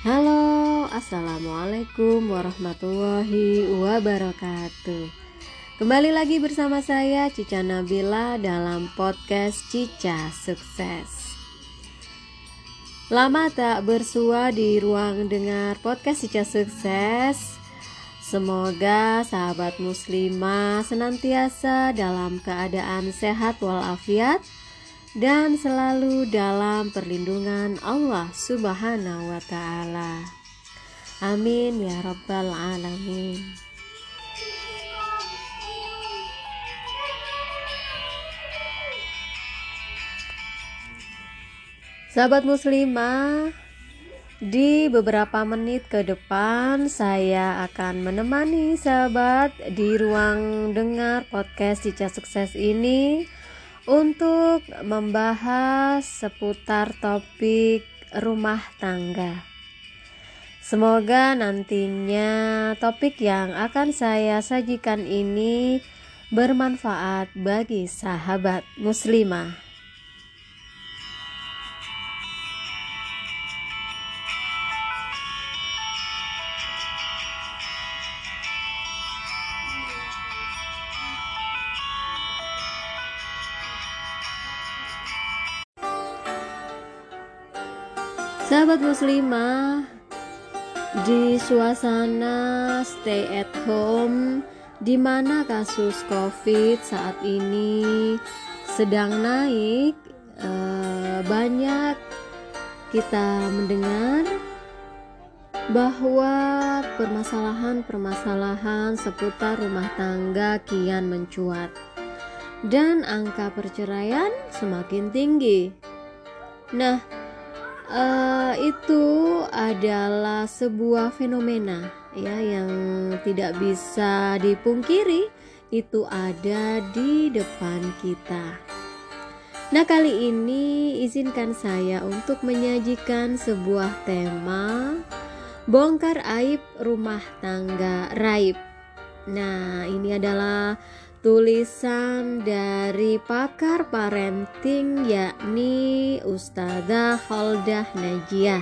Halo, assalamualaikum warahmatullahi wabarakatuh. Kembali lagi bersama saya Cica Nabila dalam podcast Cica Sukses. Lama tak bersua di ruang dengar podcast Cica Sukses. Semoga sahabat muslimah senantiasa dalam keadaan sehat walafiat dan selalu dalam perlindungan Allah Subhanahu wa Ta'ala. Amin ya Rabbal Alamin. Sahabat muslimah, di beberapa menit ke depan saya akan menemani sahabat di ruang dengar podcast Cica Sukses ini untuk membahas seputar topik rumah tangga. Semoga nantinya topik yang akan saya sajikan ini bermanfaat bagi sahabat muslimah. Sahabat muslimah, di suasana stay at home di mana kasus COVID saat ini sedang naik, banyak kita mendengar bahwa permasalahan-permasalahan seputar rumah tangga kian mencuat dan angka perceraian semakin tinggi. Nah, itu adalah sebuah fenomena ya yang tidak bisa dipungkiri, itu ada di depan kita. Nah, kali ini izinkan saya untuk menyajikan sebuah tema bongkar aib rumah tangga raib. Nah, ini adalah tulisan dari pakar parenting yakni Ustazah Holdah Najiah.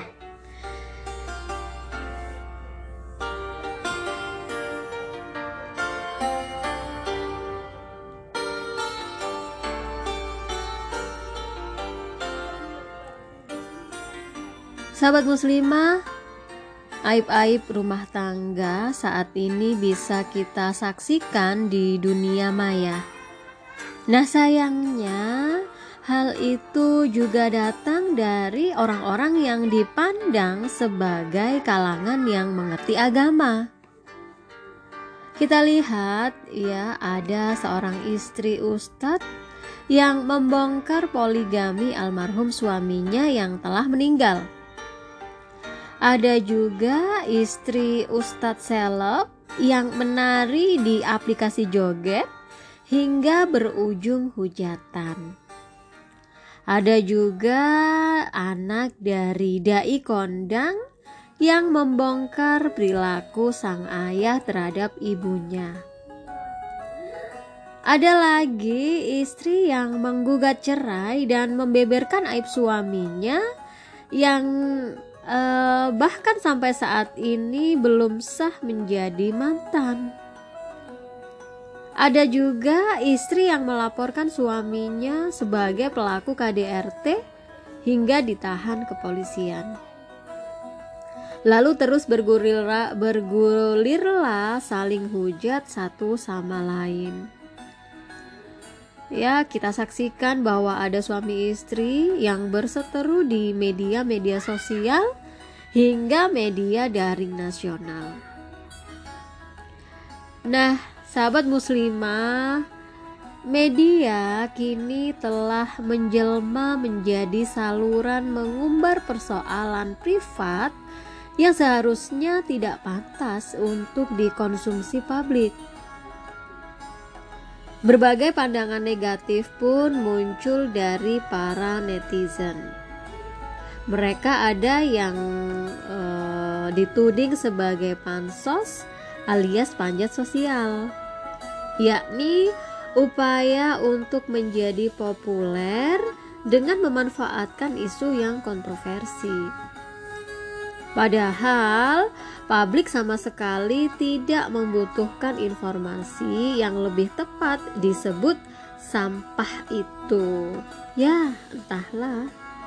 Sahabat muslimah, aib-aib rumah tangga saat ini bisa kita saksikan di dunia maya. Nah, sayangnya hal itu juga datang dari orang-orang yang dipandang sebagai kalangan yang mengerti agama. Kita lihat ya, ada seorang istri ustadz yang membongkar poligami almarhum suaminya yang telah meninggal. Ada juga istri ustadz seleb yang menari di aplikasi joget hingga berujung hujatan. Ada juga anak dari dai kondang yang membongkar perilaku sang ayah terhadap ibunya. Ada lagi istri yang menggugat cerai dan membeberkan aib suaminya yang bahkan sampai saat ini belum sah menjadi mantan. Ada juga istri yang melaporkan suaminya sebagai pelaku KDRT hingga ditahan kepolisian. Lalu terus bergulirlah saling hujat satu sama lain. Ya, kita saksikan bahwa ada suami istri yang berseteru di media-media sosial hingga media daring nasional. Nah, sahabat muslimah, media kini telah menjelma menjadi saluran mengumbar persoalan privat yang seharusnya tidak pantas untuk dikonsumsi publik. Berbagai pandangan negatif pun muncul dari para netizen. Mereka ada yang dituding sebagai pansos alias panjat sosial, yakni upaya untuk menjadi populer dengan memanfaatkan isu yang kontroversi. Padahal publik sama sekali tidak membutuhkan informasi yang lebih tepat disebut sampah itu. Ya, entahlah.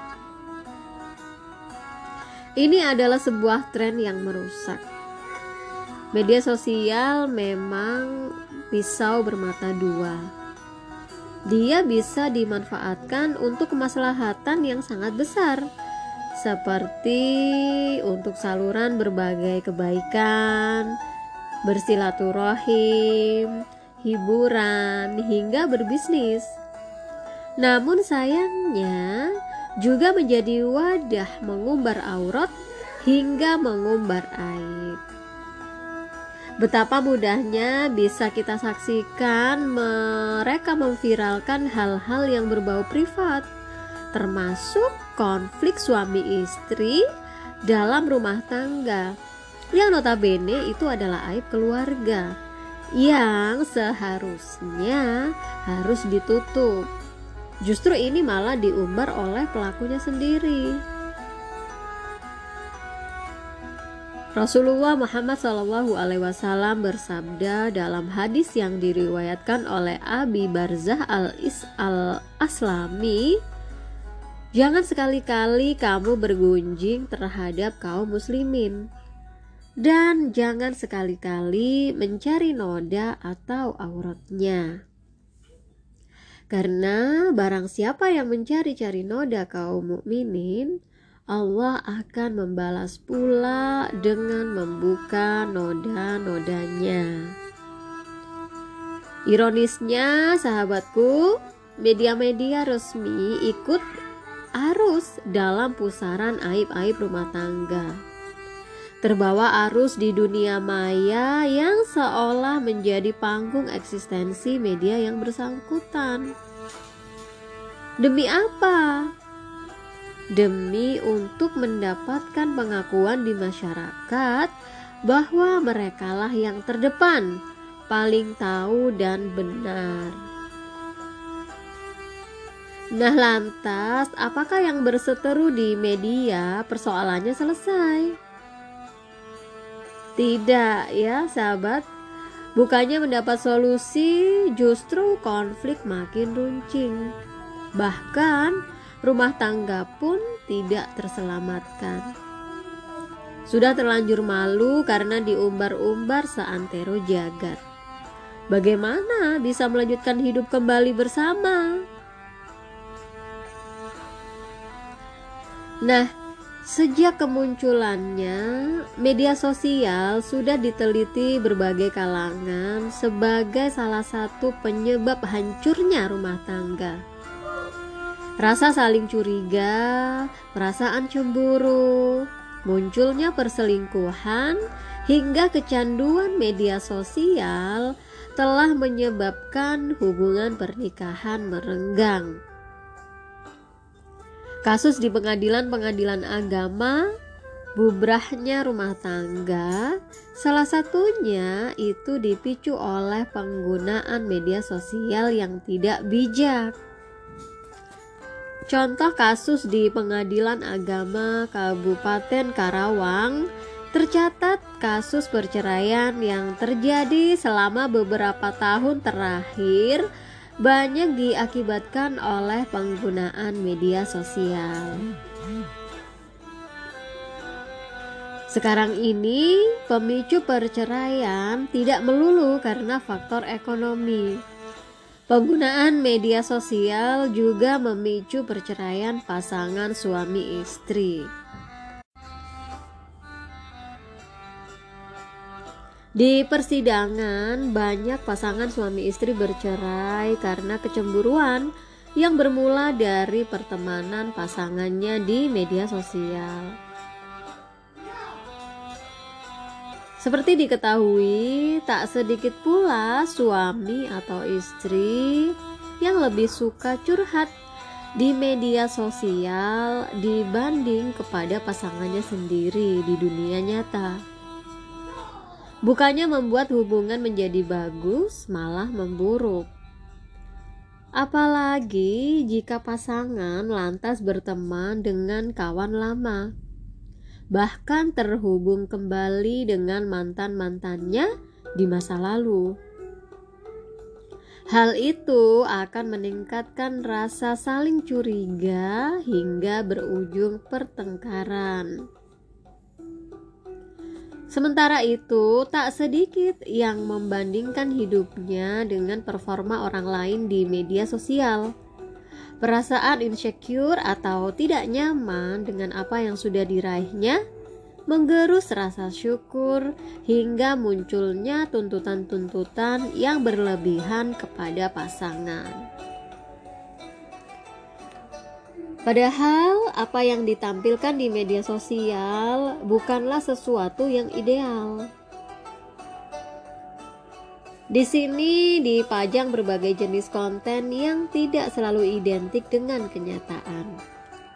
Ini adalah sebuah tren yang merusak. Media sosial memang pisau bermata dua. Dia bisa dimanfaatkan untuk kemaslahatan yang sangat besar, seperti untuk saluran berbagai kebaikan, bersilaturahim, hiburan, hingga berbisnis. Namun sayangnya juga menjadi wadah mengumbar aurat hingga mengumbar aib. Betapa mudahnya bisa kita saksikan mereka memviralkan hal-hal yang berbau privat, termasuk konflik suami istri dalam rumah tangga, yang notabene itu adalah aib keluarga yang seharusnya harus ditutup. Justru ini malah diumbar oleh pelakunya sendiri. Rasulullah Muhammad SAW bersabda dalam hadis yang diriwayatkan oleh Abi Barzah al-Aslami, "Jangan sekali-kali kamu bergunjing terhadap kaum muslimin, dan jangan sekali-kali mencari noda atau auratnya. Karena barang siapa yang mencari-cari noda kaum mukminin, Allah akan membalas pula dengan membuka noda-nodanya." Ironisnya, sahabatku, media-media resmi ikut arus dalam pusaran aib-aib rumah tangga, terbawa arus di dunia maya yang seolah menjadi panggung eksistensi media yang bersangkutan. Demi apa? Demi untuk mendapatkan pengakuan di masyarakat bahwa merekalah yang terdepan, paling tahu dan benar. Nah, lantas apakah yang berseteru di media persoalannya selesai? Tidak ya sahabat, bukannya mendapat solusi, justru konflik makin runcing. Bahkan rumah tangga pun tidak terselamatkan. Sudah terlanjur malu karena diumbar-umbar seantero jagat. Bagaimana bisa melanjutkan hidup kembali bersama? Nah, sejak kemunculannya, media sosial sudah diteliti berbagai kalangan sebagai salah satu penyebab hancurnya rumah tangga. Rasa saling curiga, perasaan cemburu, munculnya perselingkuhan, hingga kecanduan media sosial telah menyebabkan hubungan pernikahan merenggang. Kasus di pengadilan-pengadilan agama, bubrahnya rumah tangga, salah satunya itu dipicu oleh penggunaan media sosial yang tidak bijak. Contoh kasus di Pengadilan Agama Kabupaten Karawang, tercatat kasus perceraian yang terjadi selama beberapa tahun terakhir banyak diakibatkan oleh penggunaan media sosial. Sekarang ini pemicu perceraian tidak melulu karena faktor ekonomi. Penggunaan media sosial juga memicu perceraian pasangan suami istri. Di persidangan, banyak pasangan suami istri bercerai karena kecemburuan yang bermula dari pertemanan pasangannya di media sosial. Seperti diketahui, tak sedikit pula suami atau istri yang lebih suka curhat di media sosial dibanding kepada pasangannya sendiri di dunia nyata. Bukannya membuat hubungan menjadi bagus, malah memburuk. Apalagi jika pasangan lantas berteman dengan kawan lama. bahkan terhubung kembali dengan mantan-mantannya di masa lalu. Hal itu akan meningkatkan rasa saling curiga hingga berujung pertengkaran. Sementara itu, tak sedikit yang membandingkan hidupnya dengan performa orang lain di media sosial. Perasaan insecure atau tidak nyaman dengan apa yang sudah diraihnya menggerus rasa syukur hingga munculnya tuntutan-tuntutan yang berlebihan kepada pasangan. Padahal apa yang ditampilkan di media sosial bukanlah sesuatu yang ideal. Di sini dipajang berbagai jenis konten yang tidak selalu identik dengan kenyataan.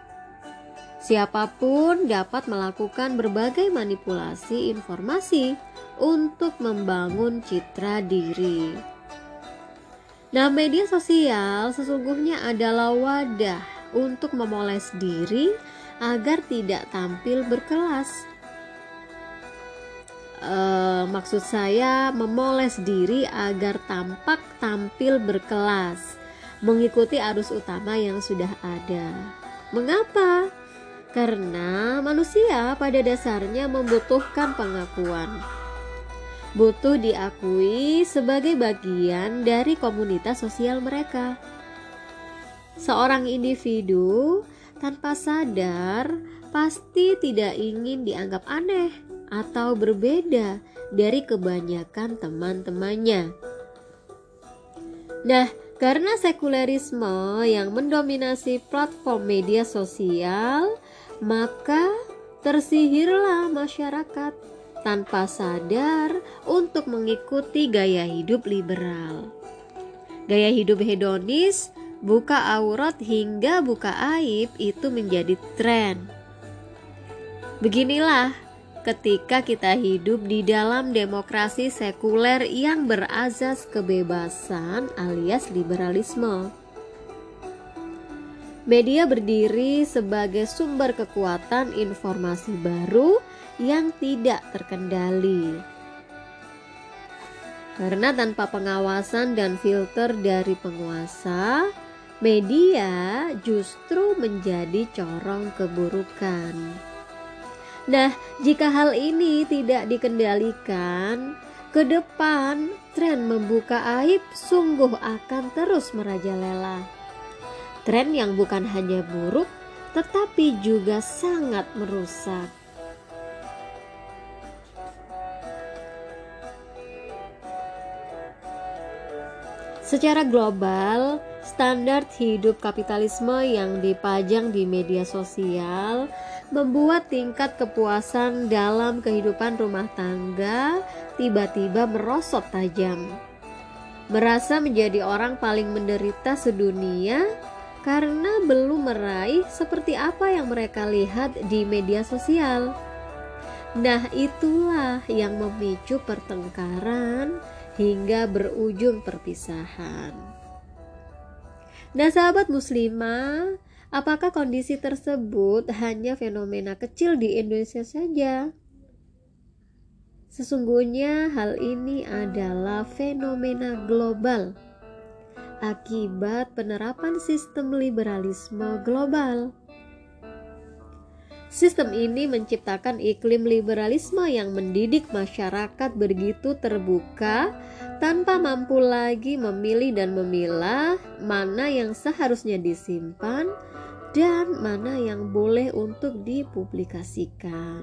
Siapapun dapat melakukan berbagai manipulasi informasi untuk membangun citra diri. Nah, media sosial sesungguhnya adalah wadah untuk memoles diri agar tidak tampil berkelas. Maksud saya memoles diri agar tampak tampil berkelas, mengikuti arus utama yang sudah ada. Mengapa? Karena manusia pada dasarnya membutuhkan pengakuan. Butuh diakui sebagai bagian dari komunitas sosial mereka. Seorang individu tanpa sadar pasti tidak ingin dianggap aneh atau berbeda dari kebanyakan teman-temannya. Nah, karena sekulerisme yang mendominasi platform media sosial, maka tersihirlah masyarakat tanpa sadar untuk mengikuti gaya hidup liberal. Gaya hidup hedonis, buka aurat hingga buka aib itu menjadi tren. Beginilah ketika kita hidup di dalam demokrasi sekuler yang berazas kebebasan alias liberalisme. Media berdiri sebagai sumber kekuatan informasi baru yang tidak terkendali. Karena tanpa pengawasan dan filter dari penguasa, media justru menjadi corong keburukan. Nah, jika hal ini tidak dikendalikan, ke depan tren membuka aib sungguh akan terus merajalela. Tren yang bukan hanya buruk, tetapi juga sangat merusak. Secara global, standar hidup kapitalisme yang dipajang di media sosial membuat tingkat kepuasan dalam kehidupan rumah tangga tiba-tiba merosot tajam. Merasa menjadi orang paling menderita sedunia karena belum meraih seperti apa yang mereka lihat di media sosial. Nah, itulah yang memicu pertengkaran hingga berujung perpisahan. Nah, sahabat muslimah, apakah kondisi tersebut hanya fenomena kecil di Indonesia saja? Sesungguhnya hal ini adalah fenomena global akibat penerapan sistem liberalisme global. Sistem ini menciptakan iklim liberalisme yang mendidik masyarakat begitu terbuka tanpa mampu lagi memilih dan memilah mana yang seharusnya disimpan dan mana yang boleh untuk dipublikasikan.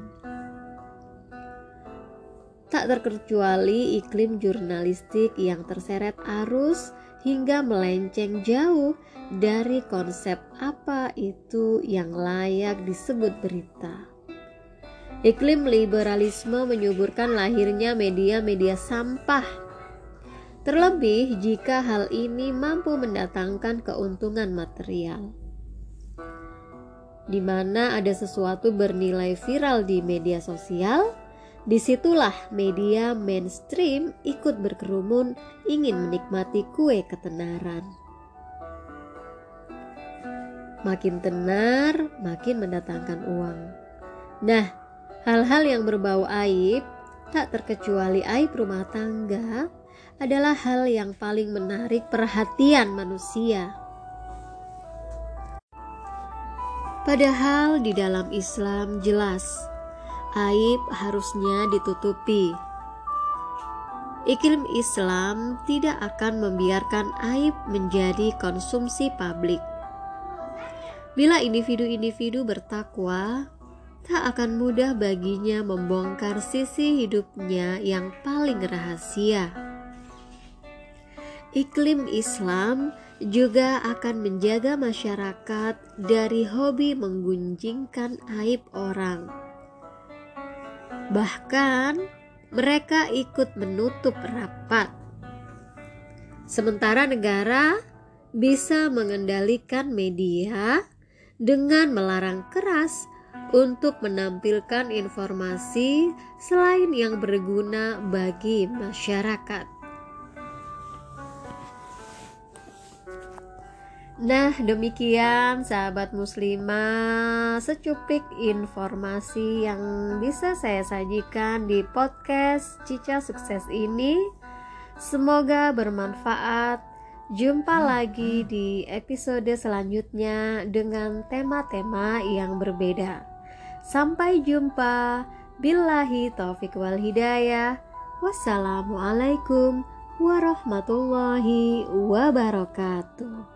Tak terkecuali iklim jurnalistik yang terseret arus hingga melenceng jauh dari konsep apa itu yang layak disebut berita. Iklim liberalisme menyuburkan lahirnya media-media sampah. Terlebih jika hal ini mampu mendatangkan keuntungan material. Di mana ada sesuatu bernilai viral di media sosial, disitulah media mainstream ikut berkerumun ingin menikmati kue ketenaran. Makin tenar, makin mendatangkan uang. Nah, Hal-hal yang berbau aib, tak terkecuali aib rumah tangga, adalah hal yang paling menarik perhatian manusia. Padahal di dalam Islam jelas, aib harusnya ditutupi. Iklim Islam tidak akan membiarkan aib menjadi konsumsi publik. Bila individu-individu bertakwa, tak akan mudah baginya membongkar sisi hidupnya yang paling rahasia. Iklim Islam juga akan menjaga masyarakat dari hobi menggunjingkan aib orang. Bahkan mereka ikut menutup rapat. Sementara negara bisa mengendalikan media dengan melarang keras untuk menampilkan informasi selain yang berguna bagi masyarakat. Nah, demikian sahabat muslimah, secuplik informasi yang bisa saya sajikan di podcast Cica Sukses ini. Semoga bermanfaat. Jumpa lagi di episode selanjutnya dengan tema-tema yang berbeda. Sampai jumpa. Billahi taufiq wal hidayah. Wassalamualaikum warahmatullahi wabarakatuh.